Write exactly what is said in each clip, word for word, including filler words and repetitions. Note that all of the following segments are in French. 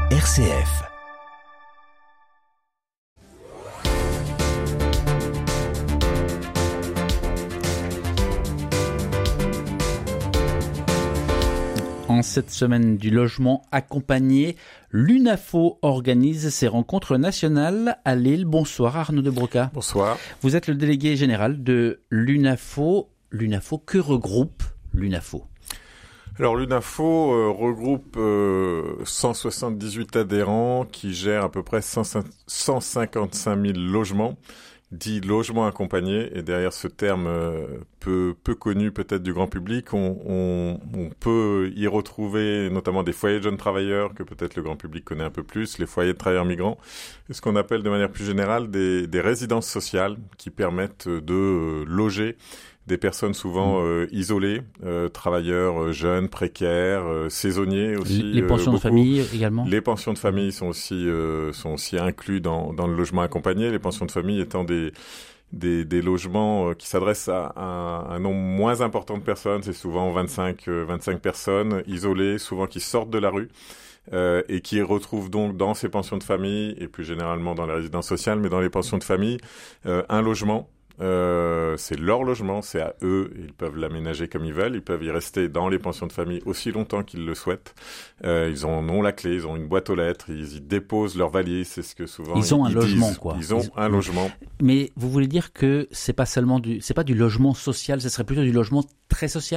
R C F. En cette semaine du logement accompagné, l'UNAFO organise ses rencontres nationales à Lille. Bonsoir Arnaud de Broca. Bonsoir. Vous êtes le délégué général de l'UNAFO. L'UNAFO, que regroupe l'UNAFO ? Alors l'UNAFO euh, regroupe euh, cent soixante-dix-huit adhérents qui gèrent à peu près cent cinquante-cinq mille logements, dits logements accompagnés. Et derrière ce terme euh, peu, peu connu peut-être du grand public, on, on, on peut y retrouver notamment des foyers de jeunes travailleurs que peut-être le grand public connaît un peu plus, les foyers de travailleurs migrants, et ce qu'on appelle de manière plus générale des, des résidences sociales qui permettent de euh, loger des personnes souvent euh, isolées, euh, travailleurs euh, jeunes, précaires, euh, saisonniers aussi. Les pensions euh, de famille également. Les pensions de famille sont aussi euh, sont aussi inclus dans dans le logement accompagné. Les pensions de famille étant des des, des logements euh, qui s'adressent à, à un nombre moins important de personnes. C'est souvent vingt-cinq personnes isolées, souvent qui sortent de la rue. Euh, et qui retrouvent donc dans ces pensions de famille et plus généralement dans les résidences sociales, mais dans les pensions de famille, euh, un logement. Euh, c'est leur logement, c'est à eux, ils peuvent l'aménager comme ils veulent, ils peuvent y rester dans les pensions de famille aussi longtemps qu'ils le souhaitent. Euh, ils en ont la clé, ils ont une boîte aux lettres, ils y déposent leur valise, c'est ce que souvent ils ont ils, un ils logement disent. quoi. Ils ont ils... un logement. Mais vous voulez dire que c'est pas seulement du, c'est pas du logement social, ce serait plutôt du logement très social ?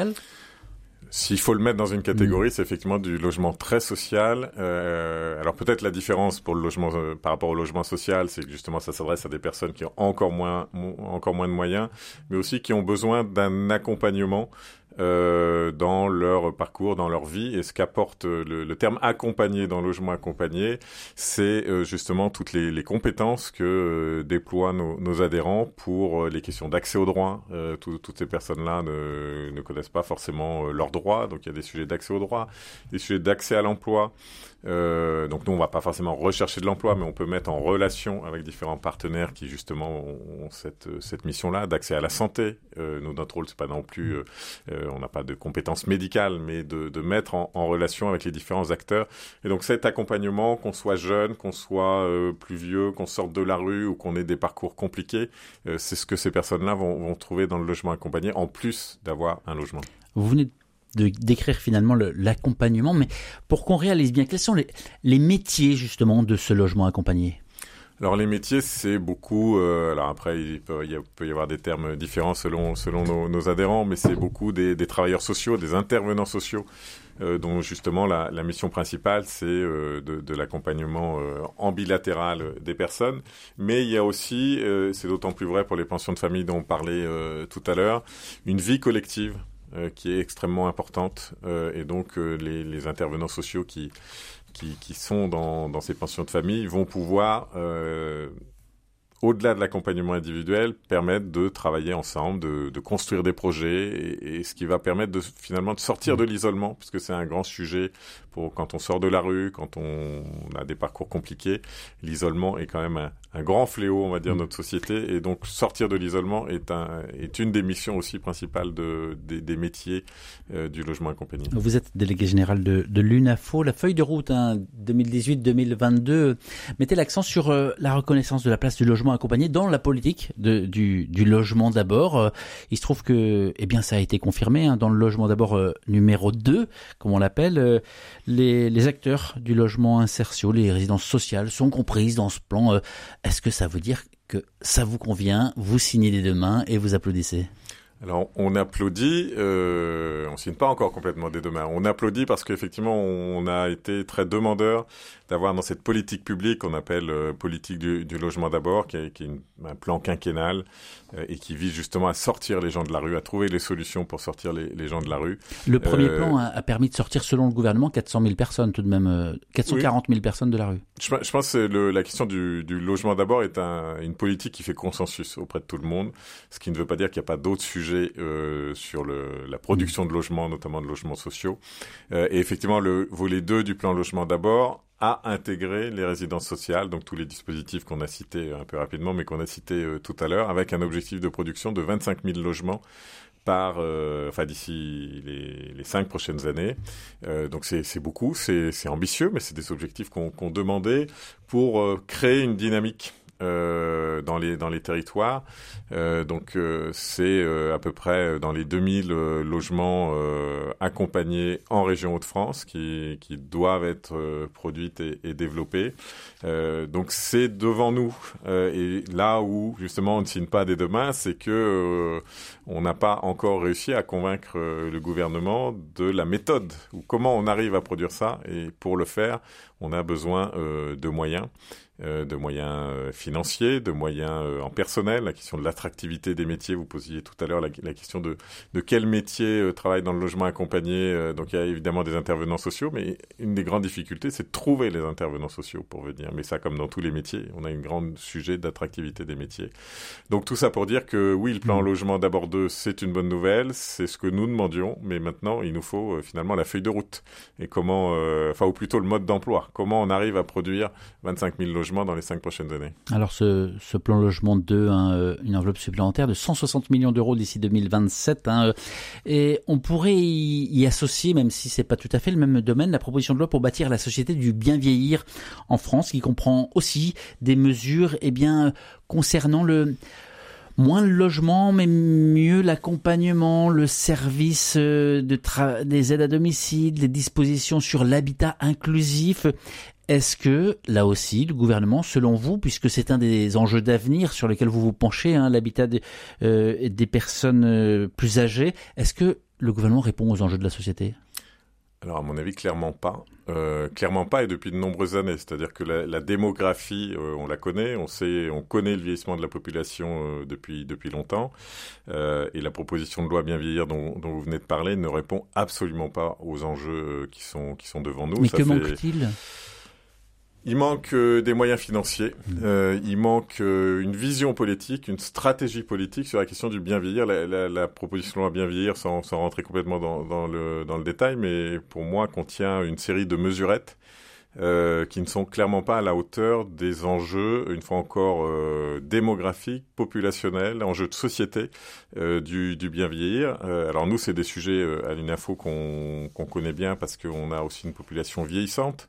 S'il faut le mettre dans une catégorie, mmh. c'est effectivement du logement très social. Euh, alors peut-être la différence pour le logement euh, par rapport au logement social, c'est que justement ça s'adresse à des personnes qui ont encore moins, encore moins de moyens, mais aussi qui ont besoin d'un accompagnement euh, dans leur parcours, dans leur vie. Et ce qu'apporte le, le terme accompagné dans le logement accompagné, c'est euh, justement toutes les, les compétences que euh, déploient nos, nos adhérents pour euh, les questions d'accès aux droits. Euh, tout, toutes ces personnes-là ne, ne connaissent pas forcément euh, leurs droits, donc il y a des sujets d'accès aux droits, des sujets d'accès à l'emploi. Euh, donc nous on va pas forcément rechercher de l'emploi, mais on peut mettre en relation avec différents partenaires qui justement ont cette cette mission-là d'accès à la santé. Euh, nous notre rôle c'est pas non plus, euh, euh, on n'a pas de compétences médicales, mais de de mettre en, en relation avec les différents acteurs. Et donc cet accompagnement, qu'on soit jeune, qu'on soit euh, plus vieux, qu'on sorte de la rue ou qu'on ait des parcours compliqués, euh, c'est ce que ces personnes-là vont vont trouver dans le logement accompagné, en plus d'avoir un logement. Vous venez de de décrire finalement le, l'accompagnement, mais pour qu'on réalise bien, quels sont les, les métiers justement de ce logement accompagné ? Alors les métiers, c'est beaucoup. Euh, alors après, il peut, il peut y avoir des termes différents selon selon nos, nos adhérents, mais c'est beaucoup des, des travailleurs sociaux, des intervenants sociaux, euh, dont justement la, la mission principale, c'est euh, de, de l'accompagnement euh, en bilatéral des personnes. Mais il y a aussi, euh, c'est d'autant plus vrai pour les pensions de famille dont on parlait euh, tout à l'heure, une vie collective. Euh, qui est extrêmement importante euh, et donc euh, les, les intervenants sociaux qui, qui, qui sont dans, dans ces pensions de famille vont pouvoir, euh, au-delà de l'accompagnement individuel, permettre de travailler ensemble, de, de construire des projets et, et ce qui va permettre de, finalement de sortir de l'isolement, parce que c'est un grand sujet pour quand on sort de la rue, quand on a des parcours compliqués. L'isolement est quand même un, un grand fléau, on va dire, de notre société. Et donc, sortir de l'isolement est, un, est une des missions aussi principales de, des, des métiers euh, du logement accompagné. Vous êtes délégué général de, de l'UNAFO. La feuille de route hein, deux mille dix-huit deux mille vingt-deux mettait l'accent sur euh, la reconnaissance de la place du logement accompagné dans la politique de, du, du logement d'abord. Euh, il se trouve que eh bien, ça a été confirmé hein, dans le logement d'abord euh, numéro deux, comme on l'appelle. Euh, les, les acteurs du logement insertion, les résidences sociales sont comprises dans ce plan. Euh, Est-ce que ça veut dire que ça vous convient, vous signez des deux mains et vous applaudissez ? Alors, on applaudit, euh, on signe pas encore complètement des deux mains. On applaudit parce qu'effectivement, on a été très demandeur d'avoir dans cette politique publique qu'on appelle euh, politique du, du logement d'abord, qui est, qui est une, un plan quinquennal euh, et qui vise justement à sortir les gens de la rue, à trouver les solutions pour sortir les, les gens de la rue. Le premier euh, plan a, a permis de sortir, selon le gouvernement, quatre cent mille personnes tout de même, euh, quatre cent quarante mille oui. personnes de la rue. Je, je pense que le, la question du, du logement d'abord est un, une politique qui fait consensus auprès de tout le monde, ce qui ne veut pas dire qu'il n'y a pas d'autres sujets euh, sur le, la production de logements, notamment de logements sociaux. Euh, et effectivement, le volet deux du plan logement d'abord a intégré les résidences sociales, donc tous les dispositifs qu'on a cités un peu rapidement, mais qu'on a cités euh, tout à l'heure, avec un objectif de production de vingt-cinq mille logements par, euh, enfin d'ici les, les cinq prochaines années. Euh, donc c'est, c'est beaucoup, c'est, c'est ambitieux, mais c'est des objectifs qu'on, qu'on demandait pour euh, créer une dynamique Euh, dans les dans les territoires. Euh, donc euh, c'est euh, à peu près dans les deux mille euh, logements euh, accompagnés en région Hauts-de-France qui qui doivent être euh, produits et, et développés. Euh, donc c'est devant nous. Euh, et là où justement on ne signe pas dès demain, c'est que euh, on n'a pas encore réussi à convaincre euh, le gouvernement de la méthode ou comment on arrive à produire ça. Et pour le faire, on a besoin euh, de moyens. Euh, de moyens euh, financiers, de moyens euh, en personnel, la question de l'attractivité des métiers. Vous posiez tout à l'heure la, la question de, de quel métier euh, travaille dans le logement accompagné. Euh, donc il y a évidemment des intervenants sociaux, mais une des grandes difficultés, c'est de trouver les intervenants sociaux pour venir. Mais ça, comme dans tous les métiers, on a un grand sujet d'attractivité des métiers. Donc tout ça pour dire que oui, le plan logement d'abord deux, c'est une bonne nouvelle, c'est ce que nous demandions, mais maintenant il nous faut euh, finalement la feuille de route et comment, euh, enfin ou plutôt le mode d'emploi. Comment on arrive à produire vingt-cinq mille logements dans les cinq prochaines années. Alors ce, ce plan logement deux, hein, une enveloppe supplémentaire de cent soixante millions d'euros d'ici deux mille vingt-sept, hein, et on pourrait y, y associer, même si c'est pas tout à fait le même domaine, la proposition de loi pour bâtir la société du bien vieillir en France, qui comprend aussi des mesures, eh bien, concernant le moins le logement, mais mieux l'accompagnement, le service de tra- des aides à domicile, les dispositions sur l'habitat inclusif. Est-ce que, là aussi, le gouvernement, selon vous, puisque c'est un des enjeux d'avenir sur lesquels vous vous penchez, hein, l'habitat des, euh, des personnes euh, plus âgées, est-ce que le gouvernement répond aux enjeux de la société ? Alors, à mon avis, clairement pas. Euh, clairement pas, et depuis de nombreuses années. C'est-à-dire que la, la démographie, euh, on la connaît, on sait, on connaît le vieillissement de la population euh, depuis depuis longtemps. Euh, et la proposition de loi Bien vieillir dont, dont vous venez de parler ne répond absolument pas aux enjeux euh, qui sont qui sont devant nous. Mais Ça que fait... manque-t-il ? Il manque euh, des moyens financiers, euh, il manque euh, une vision politique, une stratégie politique sur la question du bien vieillir. La, la, la proposition de loi Bien vieillir, sans, sans rentrer complètement dans, dans, le, dans le détail, mais pour moi contient une série de mesurettes euh, qui ne sont clairement pas à la hauteur des enjeux, une fois encore, euh, démographiques, populationnels, enjeux de société euh, du, du bien vieillir. Euh, alors nous, c'est des sujets euh, à l'UNAFO qu'on, qu'on connaît bien parce qu'on a aussi une population vieillissante.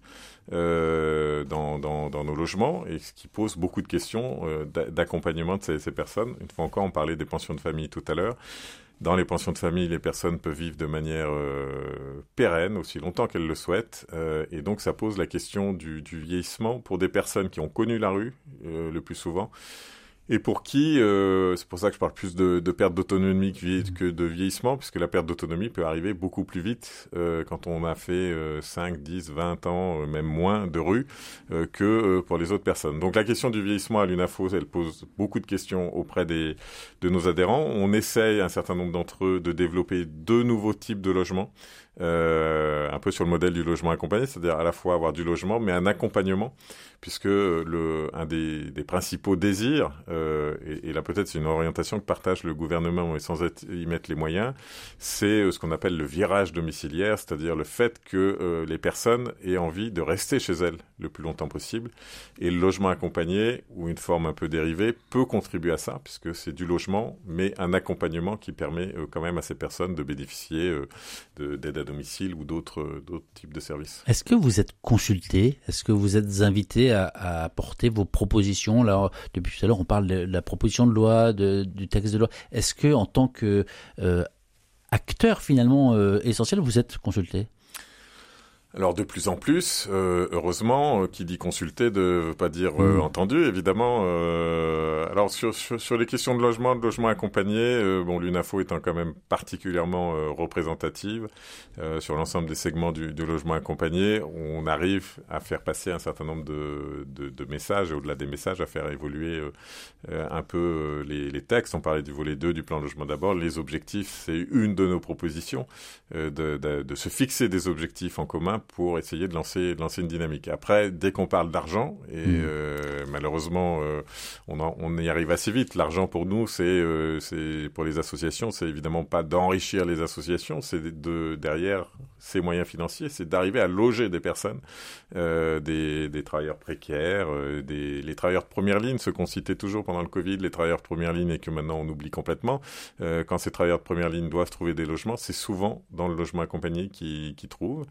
Euh, dans, dans, dans nos logements, et ce qui pose beaucoup de questions euh, d'accompagnement de ces, ces personnes. Une fois encore, on parlait des pensions de famille tout à l'heure. Dans les pensions de famille, les personnes peuvent vivre de manière euh, pérenne, aussi longtemps qu'elles le souhaitent, euh, et donc ça pose la question du, du vieillissement pour des personnes qui ont connu la rue, euh, le plus souvent, et pour qui, euh, c'est pour ça que je parle plus de, de perte d'autonomie que de vieillissement, puisque la perte d'autonomie peut arriver beaucoup plus vite euh, quand on a fait euh, cinq, dix, vingt ans, euh, même moins de rue, euh, que euh, pour les autres personnes. Donc la question du vieillissement à l'UNAFO, elle pose beaucoup de questions auprès des, de nos adhérents. On essaye, un certain nombre d'entre eux, de développer deux nouveaux types de logements, euh, un peu sur le modèle du logement accompagné, c'est-à-dire à la fois avoir du logement, mais un accompagnement, puisque le, un des, des principaux désirs, euh, et, et là peut-être c'est une orientation que partage le gouvernement, mais sans être, y mettre les moyens, c'est ce qu'on appelle le virage domiciliaire, c'est-à-dire le fait que euh, les personnes aient envie de rester chez elles le plus longtemps possible. Et le logement accompagné, ou une forme un peu dérivée, peut contribuer à ça, puisque c'est du logement, mais un accompagnement qui permet euh, quand même à ces personnes de bénéficier euh, de, d'aide à domicile ou d'autres, euh, d'autres types de services. Est-ce que vous êtes consulté ? Est-ce que vous êtes invité à, à apporter vos propositions ? Là, depuis tout à l'heure, on parle de la proposition de loi, de, du texte de loi. Est-ce que, en tant que euh, acteur finalement euh, essentiel, vous êtes consulté ? Alors de plus en plus, euh, heureusement, euh, qui dit consulter ne veut pas dire euh, mmh. entendu, évidemment. Euh, alors sur, sur sur les questions de logement, de logement accompagné, euh, bon, l'UNAFO étant quand même particulièrement euh, représentative euh, sur l'ensemble des segments du, du logement accompagné, on arrive à faire passer un certain nombre de de, de messages, et au-delà des messages, à faire évoluer euh, un peu euh, les, les textes. On parlait du volet deux du plan logement d'abord. Les objectifs, c'est une de nos propositions, euh, de, de de se fixer des objectifs en commun pour essayer de lancer, de lancer une dynamique. Après, dès qu'on parle d'argent, et mmh. euh, malheureusement, euh, on, en, on y arrive assez vite. L'argent pour nous, c'est, euh, c'est pour les associations, c'est évidemment pas d'enrichir les associations, c'est de, de derrière ces moyens financiers, c'est d'arriver à loger des personnes, euh, des, des travailleurs précaires, euh, des, les travailleurs de première ligne, ceux qu'on citait toujours pendant le Covid, les travailleurs de première ligne et que maintenant on oublie complètement. Euh, quand ces travailleurs de première ligne doivent trouver des logements, c'est souvent dans le logement accompagné qu'ils, qu'ils trouvent.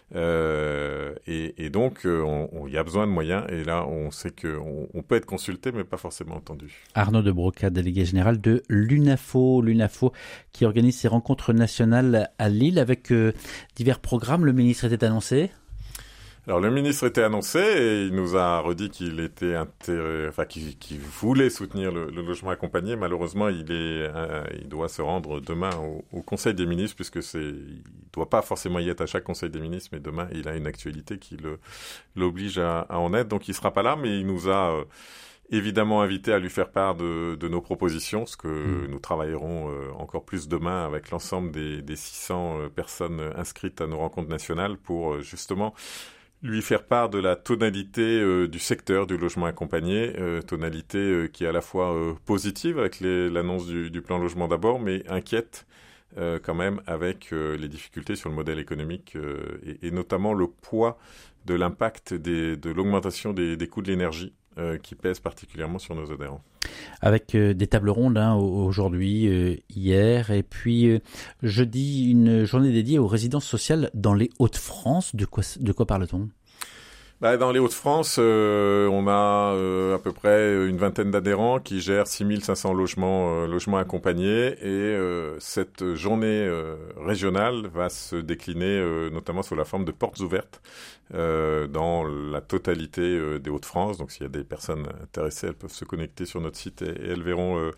Euh, et, et donc, il euh, y a besoin de moyens. Et là, on sait qu'on on peut être consulté, mais pas forcément entendu. Arnaud de Broca, délégué général de l'UNAFO. L'UNAFO qui organise ses rencontres nationales à Lille avec euh, divers programmes. Le ministre était annoncé. Alors le ministre était annoncé et il nous a redit qu'il était intéressé, enfin qu'il, qu'il voulait soutenir le, le logement accompagné. Malheureusement, il est, euh, il doit se rendre demain au, au Conseil des ministres puisque c'est, il doit pas forcément y être à chaque Conseil des ministres, mais demain il a une actualité qui le l'oblige à, à en être. Donc il sera pas là, mais il nous a euh, évidemment invité à lui faire part de, de nos propositions, ce que mmh. nous travaillerons euh, encore plus demain avec l'ensemble des, des six cents euh, personnes inscrites à nos rencontres nationales pour euh, justement lui faire part de la tonalité euh, du secteur du logement accompagné, euh, tonalité euh, qui est à la fois euh, positive avec les, l'annonce du, du plan logement d'abord, mais inquiète euh, quand même avec euh, les difficultés sur le modèle économique euh, et, et notamment le poids de l'impact des, de l'augmentation des, des coûts de l'énergie euh, qui pèse particulièrement sur nos adhérents. Avec euh, des tables rondes hein, aujourd'hui, euh, hier, et puis euh, jeudi, une journée dédiée aux résidences sociales dans les Hauts-de-France. De quoi, de quoi parle-t-on ? Bah, dans les Hauts-de-France, euh, on a euh, à peu près une vingtaine d'adhérents qui gèrent six mille cinq cents logements, euh, logements accompagnés et euh, cette journée euh, régionale va se décliner euh, notamment sous la forme de portes ouvertes euh, dans la totalité euh, des Hauts-de-France. Donc s'il y a des personnes intéressées, elles peuvent se connecter sur notre site et, et elles verront euh,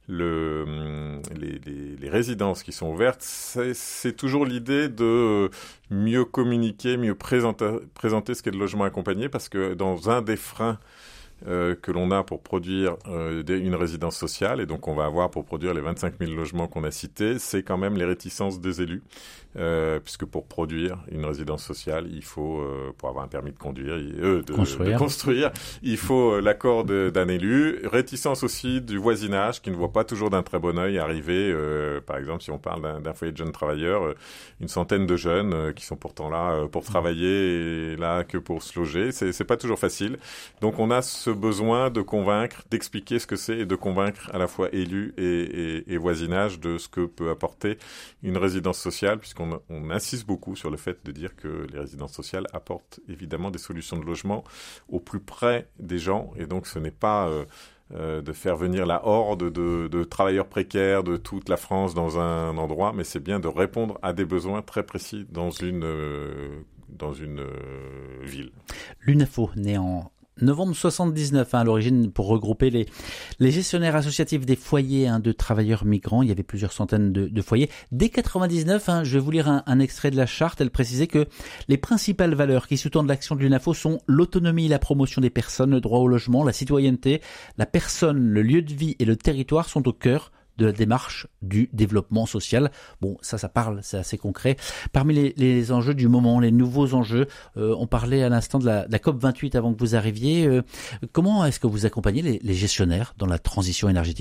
le, les, les, les résidences qui sont ouvertes. C'est, c'est toujours l'idée de mieux communiquer, mieux présenter, présenter ce qu'est le logement accompagné, parce que dans un des freins euh, que l'on a pour produire euh, des, une résidence sociale, et donc on va avoir pour produire les vingt-cinq mille logements qu'on a cités, c'est quand même les réticences des élus, euh, puisque pour produire une résidence sociale, il faut, euh, pour avoir un permis de conduire, euh, de, construire. de construire, il faut euh, l'accord de, d'un élu. Réticence aussi du voisinage, qui ne voit pas toujours d'un très bon œil arriver, euh, par exemple, si on parle d'un, d'un foyer de jeunes travailleurs, euh, une centaine de jeunes euh, qui sont pourtant là euh, pour travailler et là que pour se loger. C'est, c'est pas toujours facile. Donc on a ce besoin de convaincre, d'expliquer ce que c'est et de convaincre à la fois élus et, et, et voisinage de ce que peut apporter une résidence sociale, puisqu'on on insiste beaucoup sur le fait de dire que les résidences sociales apportent évidemment des solutions de logement au plus près des gens, et donc ce n'est pas euh, euh, de faire venir la horde de, de travailleurs précaires de toute la France dans un endroit, mais c'est bien de répondre à des besoins très précis dans une, euh, dans une euh, ville. L'UNAFO, né en novembre soixante-dix-neuf, hein, à l'origine, pour regrouper les, les gestionnaires associatifs des foyers hein, de travailleurs migrants. Il y avait plusieurs centaines de, de foyers. Dès quatre-vingt-dix-neuf, hein, je vais vous lire un, un extrait de la charte. Elle précisait que les principales valeurs qui sous-tendent l'action de l'UNAFO sont l'autonomie et la promotion des personnes, le droit au logement, la citoyenneté, la personne, le lieu de vie et le territoire sont au cœur de la démarche du développement social. Bon, ça, ça parle, c'est assez concret. Parmi les, les enjeux du moment, les nouveaux enjeux, euh, on parlait à l'instant de la, de la C O P vingt-huit avant que vous arriviez. Euh, comment est-ce que vous accompagnez les, les gestionnaires dans la transition énergétique ?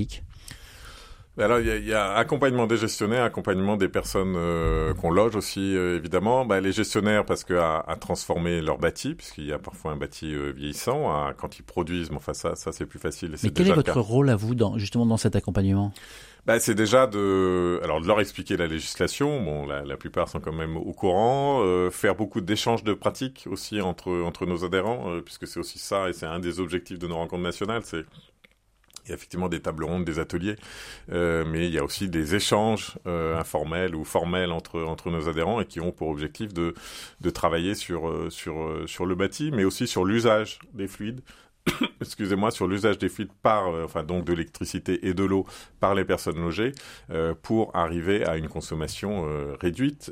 Alors il y a, il y a accompagnement des gestionnaires, accompagnement des personnes euh, qu'on loge aussi euh, évidemment. Bah, les gestionnaires parce que à, à transformer leur bâti, puisqu'il y a parfois un bâti euh, vieillissant, à, quand ils produisent, mais enfin ça, ça c'est plus facile. Et c'est mais quel déjà est votre rôle à vous dans justement dans cet accompagnement ? Bah, c'est déjà de, alors de leur expliquer la législation. Bon, la, la plupart sont quand même au courant. Euh, faire beaucoup d'échanges de pratiques aussi entre entre nos adhérents, euh, puisque c'est aussi ça et c'est un des objectifs de nos rencontres nationales, c'est il y a effectivement des tables rondes, des ateliers, euh, mais il y a aussi des échanges euh, informels ou formels entre entre nos adhérents et qui ont pour objectif de de travailler sur sur sur le bâti, mais aussi sur l'usage des fluides. Excusez-moi, sur l'usage des fluides par, euh, enfin donc de l'électricité et de l'eau par les personnes logées, euh, pour arriver à une consommation euh, réduite.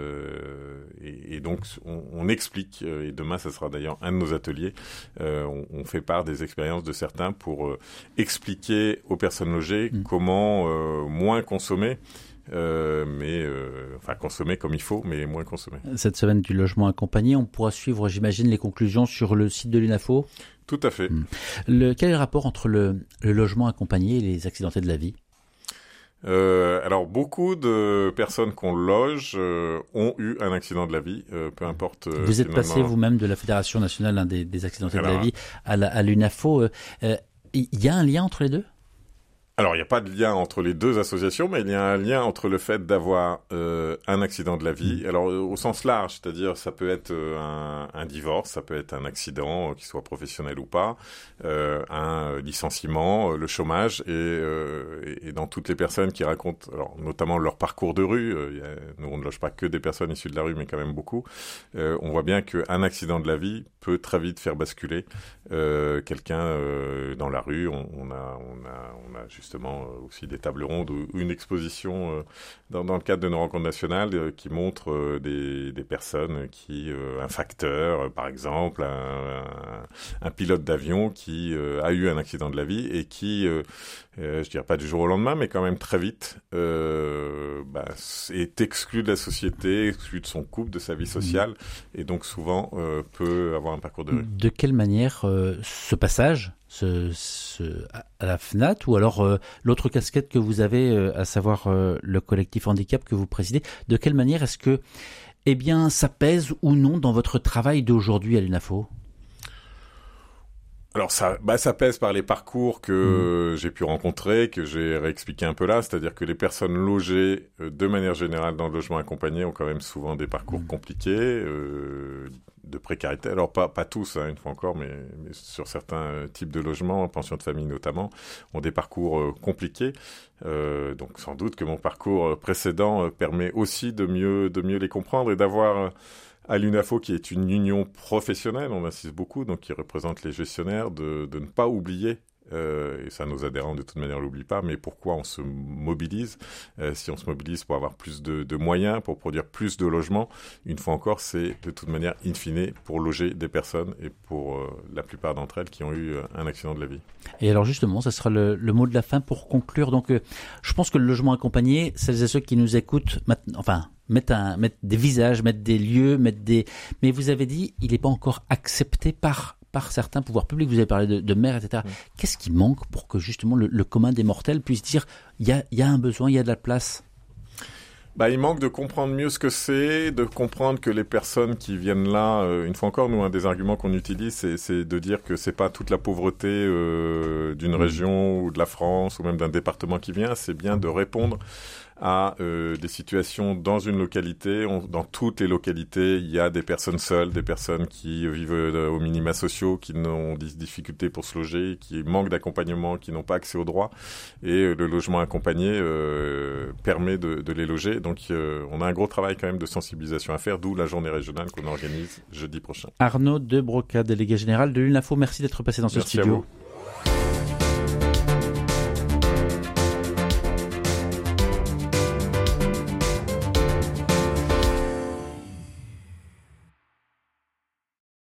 Euh, et, et donc on, on explique, euh, et demain ça sera d'ailleurs un de nos ateliers, euh, on, on fait part des expériences de certains pour euh, expliquer aux personnes logées mmh. comment euh, moins consommer. euh, mais euh, enfin consommer comme il faut, mais moins consommer. Cette semaine du logement accompagné, on pourra suivre, j'imagine, les conclusions sur le site de l'UNAFO. Tout à fait. Le, quel est le rapport entre le, le logement accompagné et les accidentés de la vie ? Euh, alors beaucoup de personnes qu'on loge euh, ont eu un accident de la vie, euh, peu importe. Euh, vous êtes finalement... passé vous-même de la Fédération nationale hein, des, des accidentés alors, de la vie à, la, à l'UNAFO. Il euh, y a un lien entre les deux ? Alors, il n'y a pas de lien entre les deux associations, mais il y a un lien entre le fait d'avoir euh, un accident de la vie. Alors, au sens large, c'est-à-dire ça peut être euh, un, un divorce, ça peut être un accident, euh, qu'il soit professionnel ou pas, euh, un licenciement, euh, le chômage, et, euh, et, et dans toutes les personnes qui racontent, alors, notamment leur parcours de rue, euh, y a, nous on ne loge pas que des personnes issues de la rue, mais quand même beaucoup, euh, on voit bien qu'un accident de la vie peut très vite faire basculer euh, quelqu'un euh, dans la rue. On, on a, on a, on a justement aussi des tables rondes ou une exposition euh, dans, dans le cadre de nos rencontres nationales euh, qui montre euh, des, des personnes qui, euh, un facteur euh, par exemple, un, un, un pilote d'avion qui euh, a eu un accident de la vie et qui, euh, euh, je dirais pas du jour au lendemain, mais quand même très vite, euh, bah, est exclu de la société, exclu de son couple, de sa vie sociale, et donc souvent euh, peut avoir un parcours de rue. De quelle manière euh, ce passage Ce, ce, à la F N A T ou alors euh, l'autre casquette que vous avez, euh, à savoir euh, le collectif handicap que vous présidez, de quelle manière est-ce que eh bien, ça pèse ou non dans votre travail d'aujourd'hui à l'UNAFO ? Alors ça, bah ça pèse par les parcours que mmh. j'ai pu rencontrer, que j'ai réexpliqué un peu là, c'est-à-dire que les personnes logées euh, de manière générale dans le logement accompagné ont quand même souvent des parcours mmh. compliqués, euh, de précarité. Alors pas pas tous, hein, une fois encore, mais, mais sur certains types de logements, pensions de famille notamment, ont des parcours euh, compliqués. Euh, donc sans doute que mon parcours précédent euh, permet aussi de mieux de mieux les comprendre et d'avoir euh, à l'UNAFO, qui est une union professionnelle, on insiste beaucoup, donc qui représente les gestionnaires, de, de ne pas oublier, euh, et ça nos adhérents de toute manière ne l'oublient pas, mais pourquoi on se mobilise, euh, si on se mobilise pour avoir plus de, de moyens, pour produire plus de logements, une fois encore, c'est de toute manière, in fine, pour loger des personnes et pour euh, la plupart d'entre elles qui ont eu euh, un accident de la vie. Et alors justement, ça sera le, le mot de la fin pour conclure. Donc, euh, je pense que le logement accompagné, celles et ceux qui nous écoutent, maintenant, enfin, mettre, un, mettre des visages, mettre des lieux, mettre des... Mais vous avez dit, il n'est pas encore accepté par, par certains pouvoirs publics. Vous avez parlé de, de maires, et cetera. Mmh. Qu'est-ce qui manque pour que justement le, le commun des mortels puisse dire, il y a, y a un besoin, il y a de la place ? Bah, il manque de comprendre mieux ce que c'est, de comprendre que les personnes qui viennent là, euh, une fois encore, nous, un des arguments qu'on utilise, c'est, c'est de dire que c'est pas toute la pauvreté euh, d'une mmh. région ou de la France ou même d'un département qui vient, c'est bien de répondre à euh, des situations dans une localité. On, dans toutes les localités, il y a des personnes seules, des personnes qui vivent euh, aux minima sociaux, qui ont des difficultés pour se loger, qui manquent d'accompagnement, qui n'ont pas accès aux droits. Et euh, le logement accompagné euh, permet de, de les loger. Donc euh, on a un gros travail quand même de sensibilisation à faire, d'où la journée régionale qu'on organise jeudi prochain. Arnaud De Broca, délégué général de l'UNAFO, merci d'être passé dans ce merci studio. À vous.